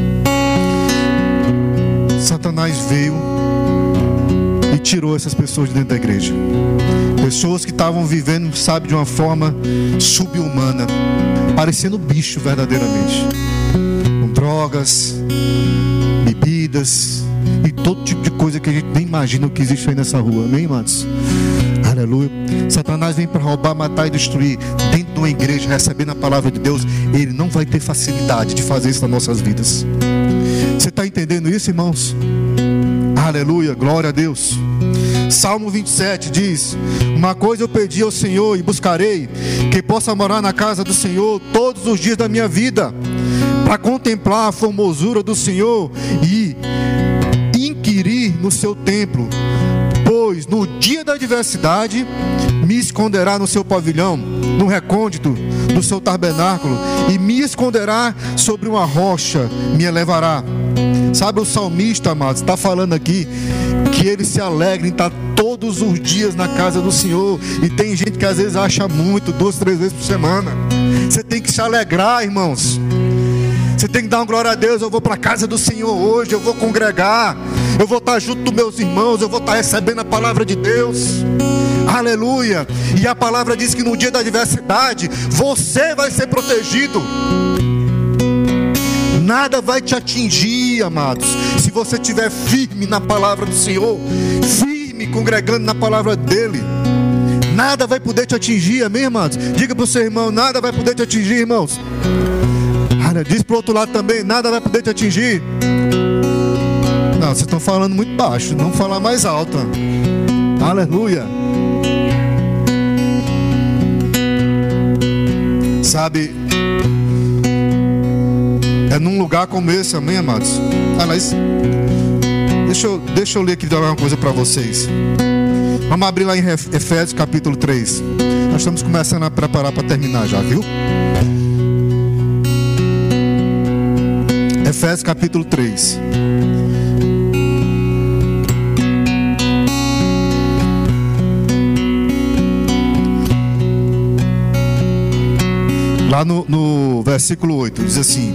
Satanás veio e tirou essas pessoas de dentro da igreja. Pessoas que estavam vivendo, sabe, de uma forma sub-humana, parecendo bicho verdadeiramente, com drogas, bebidas e todo tipo de coisa que a gente nem imagina o que existe aí nessa rua. Amém, irmãos? Aleluia. Satanás vem para roubar, matar e destruir. Dentro de uma igreja, recebendo a palavra de Deus, ele não vai ter facilidade de fazer isso nas nossas vidas. Você está entendendo isso, irmãos? Aleluia, glória a Deus. Salmo 27 diz: uma coisa eu pedi ao Senhor e buscarei, que possa morar na casa do Senhor todos os dias da minha vida, para contemplar a formosura do Senhor e inquirir no seu templo. Pois no dia da adversidade me esconderá no seu pavilhão, no recôndito do seu tabernáculo, e me esconderá sobre uma rocha, me elevará. Sabe, o salmista, amados, está falando aqui que ele se alegra em estar todos os dias na casa do Senhor. E tem gente que às vezes acha muito, 2, 3 vezes por semana. Você tem que se alegrar, irmãos. Você tem que dar uma glória a Deus. Eu vou para a casa do Senhor hoje, eu vou congregar, eu vou estar junto dos meus irmãos, eu vou estar recebendo a palavra de Deus. Aleluia. E a palavra diz que no dia da adversidade você vai ser protegido. Nada vai te atingir, amados, se você estiver firme na palavra do Senhor, firme congregando na palavra dele. Nada vai poder te atingir, amém, irmãos? Diga para o seu irmão: nada vai poder te atingir, irmãos. Diz para o outro lado também: nada vai poder te atingir. Não, vocês estão falando muito baixo, não falar mais alto. Aleluia. Sabe, é num lugar como esse, amém, amados? Mas deixa eu ler aqui uma coisa para vocês. Vamos abrir lá em Efésios capítulo 3. Nós estamos começando a preparar para terminar já, viu? Efésios capítulo 3. Lá no versículo 8 diz assim: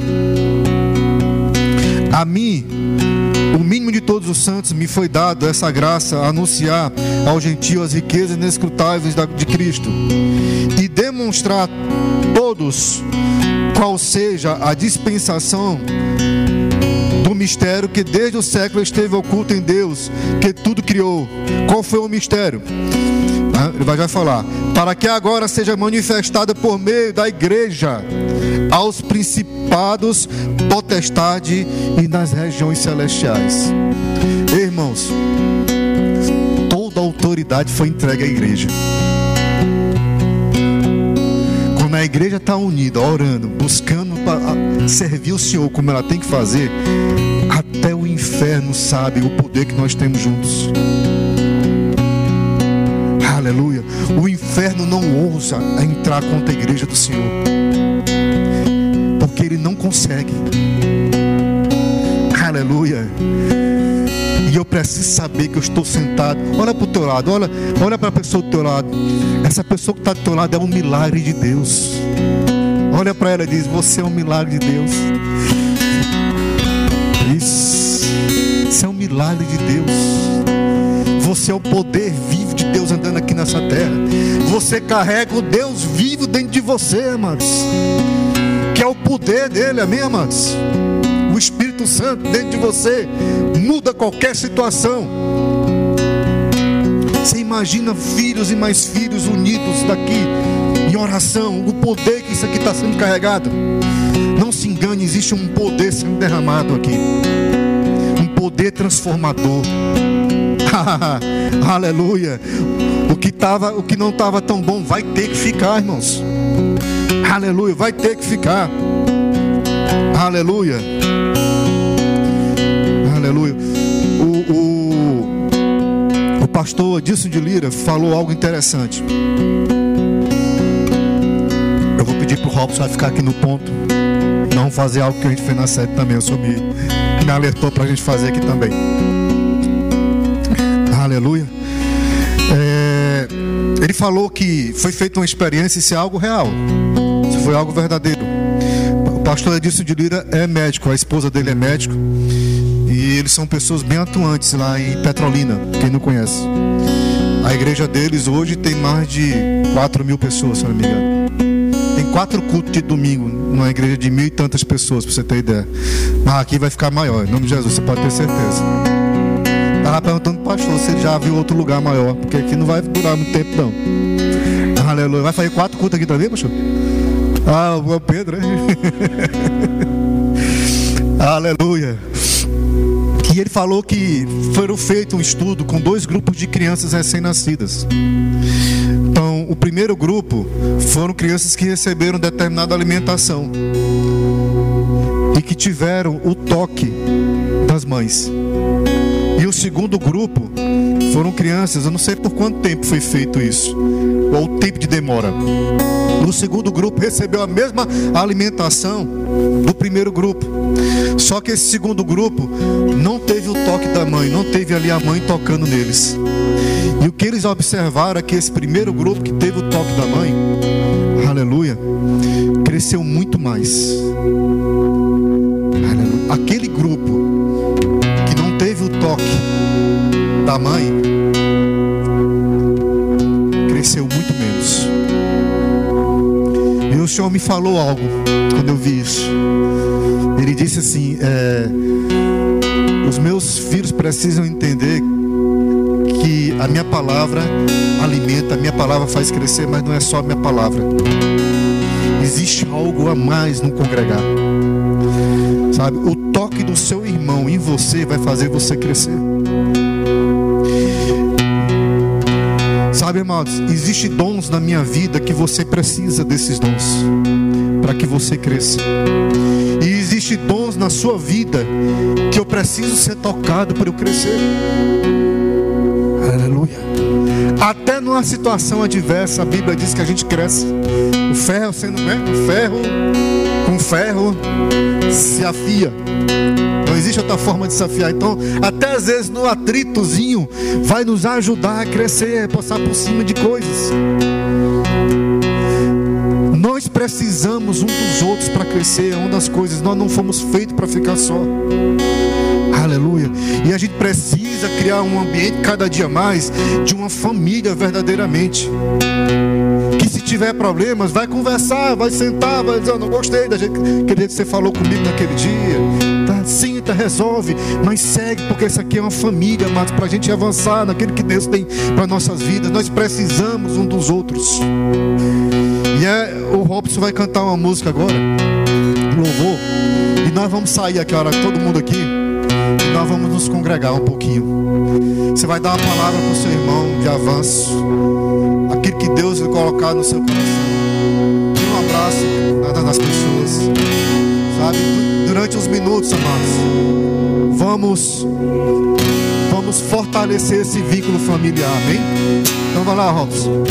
a mim, o mínimo de todos os santos, me foi dado essa graça, a anunciar ao gentio as riquezas inescrutáveis de Cristo, e demonstrar a todos qual seja a dispensação do mistério que desde o século esteve oculto em Deus, que tudo criou. Qual foi o mistério? Ele vai já falar: para que agora seja manifestada por meio da igreja aos principados, potestade e nas regiões celestiais. Irmãos, toda a autoridade foi entregue à igreja. Quando a igreja está unida, orando, buscando para servir o Senhor como ela tem que fazer, até o inferno sabe o poder que nós temos juntos. Aleluia. O inferno não ousa entrar contra a igreja do Senhor, porque ele não consegue. Aleluia. E eu preciso saber que eu estou sentado. Olha para o teu lado, olha para a pessoa do teu lado. Essa pessoa que está do teu lado é um milagre de Deus. Olha para ela e diz: você é um milagre de Deus. Isso é um milagre de Deus. Você é o poder vivo de Deus andando aqui nessa terra. Você carrega o Deus vivo dentro de você, amados, que é o poder dele, amém, amados? O Espírito Santo dentro de você muda qualquer situação. Você imagina filhos e mais filhos unidos daqui em oração, o poder que isso aqui está sendo carregado. Não se engane, existe um poder sendo derramado aqui, um poder transformador. Aleluia. O que não estava tão bom vai ter que ficar, irmãos. Aleluia, vai ter que ficar. Aleluia. Aleluia. O pastor Adilson de Lira falou algo interessante. Eu vou pedir pro Robson vai ficar aqui no ponto. Não fazer algo que a gente fez na sede também. O senhor me alertou pra gente fazer aqui também. Aleluia. Ele falou que foi feita uma experiência, isso é algo real, isso foi algo verdadeiro. O pastor Adilson de Lira é médico, a esposa dele é médico, e eles são pessoas bem atuantes lá em Petrolina, quem não conhece. A igreja deles hoje tem mais de 4.000 pessoas, se não me engano. Tem 4 cultos de domingo, numa igreja de 1.000 e tantas pessoas, para você ter ideia. Mas aqui vai ficar maior, em nome de Jesus, você pode ter certeza. Estava perguntando para o pastor se ele já viu outro lugar maior, porque aqui não vai durar muito tempo não. Aleluia. Vai fazer 4 cultos aqui também, pastor? O Pedro, hein? Aleluia. E ele falou que foram feito um estudo com 2 grupos de crianças recém-nascidas. Então, o primeiro grupo foram crianças que receberam determinada alimentação e que tiveram o toque das mães. E o segundo grupo foram crianças, eu não sei por quanto tempo foi feito isso, ou o tempo de demora. O segundo grupo recebeu a mesma alimentação do primeiro grupo. Só que esse segundo grupo não teve o toque da mãe, não teve ali a mãe tocando neles. E o que eles observaram é que esse primeiro grupo que teve o toque da mãe, aleluia, cresceu muito mais. Aleluia. Aquele grupo teve o toque da mãe, cresceu muito menos. E o Senhor me falou algo quando eu vi isso. Ele disse assim: os meus filhos precisam entender que a minha palavra alimenta, a minha palavra faz crescer, mas não é só a minha palavra. Existe algo a mais no congregar. Sabe, o toque do seu irmão em você vai fazer você crescer. Sabe, amados, existem dons na minha vida que você precisa desses dons para que você cresça. E existem dons na sua vida que eu preciso ser tocado para eu crescer. Aleluia. Até numa situação adversa, a Bíblia diz que a gente cresce. O ferro sendo, né? O ferro com ferro se afia. Não existe outra forma de se afiar. Então, até às vezes no atritozinho vai nos ajudar a crescer, a passar por cima de coisas. Nós precisamos um dos outros para crescer. É uma das coisas. Nós não fomos feitos para ficar só. Aleluia. E a gente precisa criar um ambiente cada dia mais de uma família verdadeiramente. Se tiver problemas, vai conversar, vai sentar, vai dizer: eu não gostei da gente, aquele que você falou comigo naquele dia. Tá, sinta, resolve, mas segue, porque isso aqui é uma família, mas para a gente avançar naquilo que Deus tem para nossas vidas, nós precisamos um dos outros. E o Robson vai cantar uma música agora, louvor, e nós vamos sair aqui, hora, todo mundo aqui, e nós vamos nos congregar um pouquinho. Você vai dar uma palavra para o seu irmão de avanço, aquilo que Deus vai colocar no seu coração. Dê um abraço nas pessoas, sabe? Durante uns minutos, amados, vamos fortalecer esse vínculo familiar, amém? Então vai lá, Robson.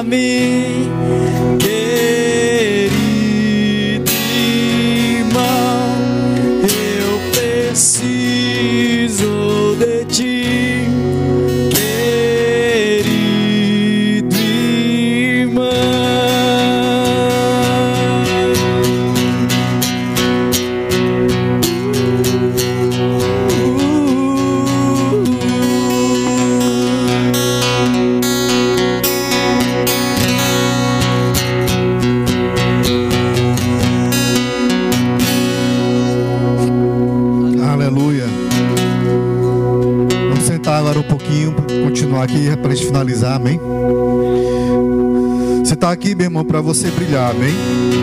para mim, querido irmão, eu preciso de ti, querido irmão. Continuar aqui para a gente finalizar, amém? Você está aqui, meu irmão, para você brilhar, amém?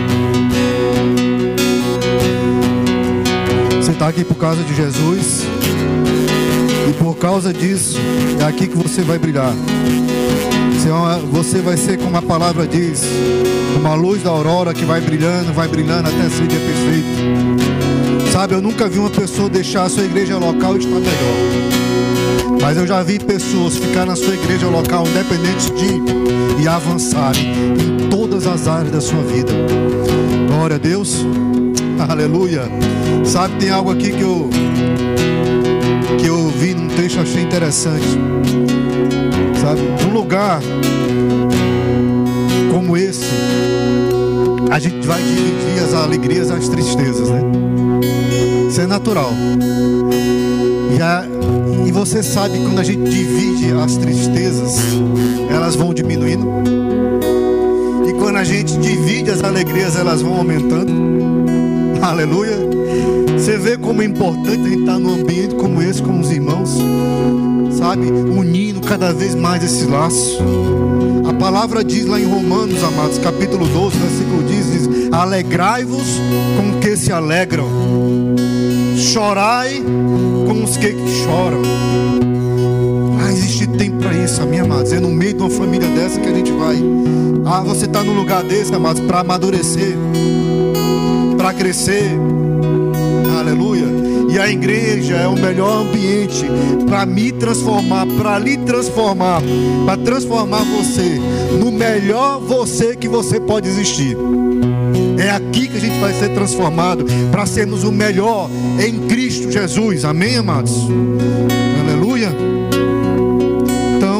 Você está aqui por causa de Jesus, e por causa disso é aqui que você vai brilhar. Você vai ser, como a palavra diz, uma luz da aurora que vai brilhando até ser dia perfeito. Sabe, eu nunca vi uma pessoa deixar a sua igreja local e estar melhor. Mas eu já vi pessoas ficar na sua igreja local, independente de e avançarem em todas as áreas da sua vida. Glória a Deus. Aleluia. Sabe, tem algo aqui que eu vi num texto, achei interessante. Sabe, num lugar como esse, a gente vai dividir as alegrias e as tristezas, né? Isso é natural. E você sabe que quando a gente divide as tristezas, elas vão diminuindo. E quando a gente divide as alegrias, elas vão aumentando. Aleluia. Você vê como é importante a gente estar num ambiente como esse, com os irmãos, sabe, unindo cada vez mais esse laço. A palavra diz lá em Romanos, amados, capítulo 12, versículo 10, diz: alegrai-vos com os que se alegram, chorai com os que choram. Existe tempo para isso, amém, amados? É no meio de uma família dessa que a gente vai. Você está num lugar desse, amados, para amadurecer, para crescer. Aleluia. E a igreja é o melhor ambiente para me transformar, para lhe transformar, para transformar você no melhor você que você pode existir. É aqui que a gente vai ser transformado para sermos o melhor em Cristo Jesus. Amém, amados? Aleluia.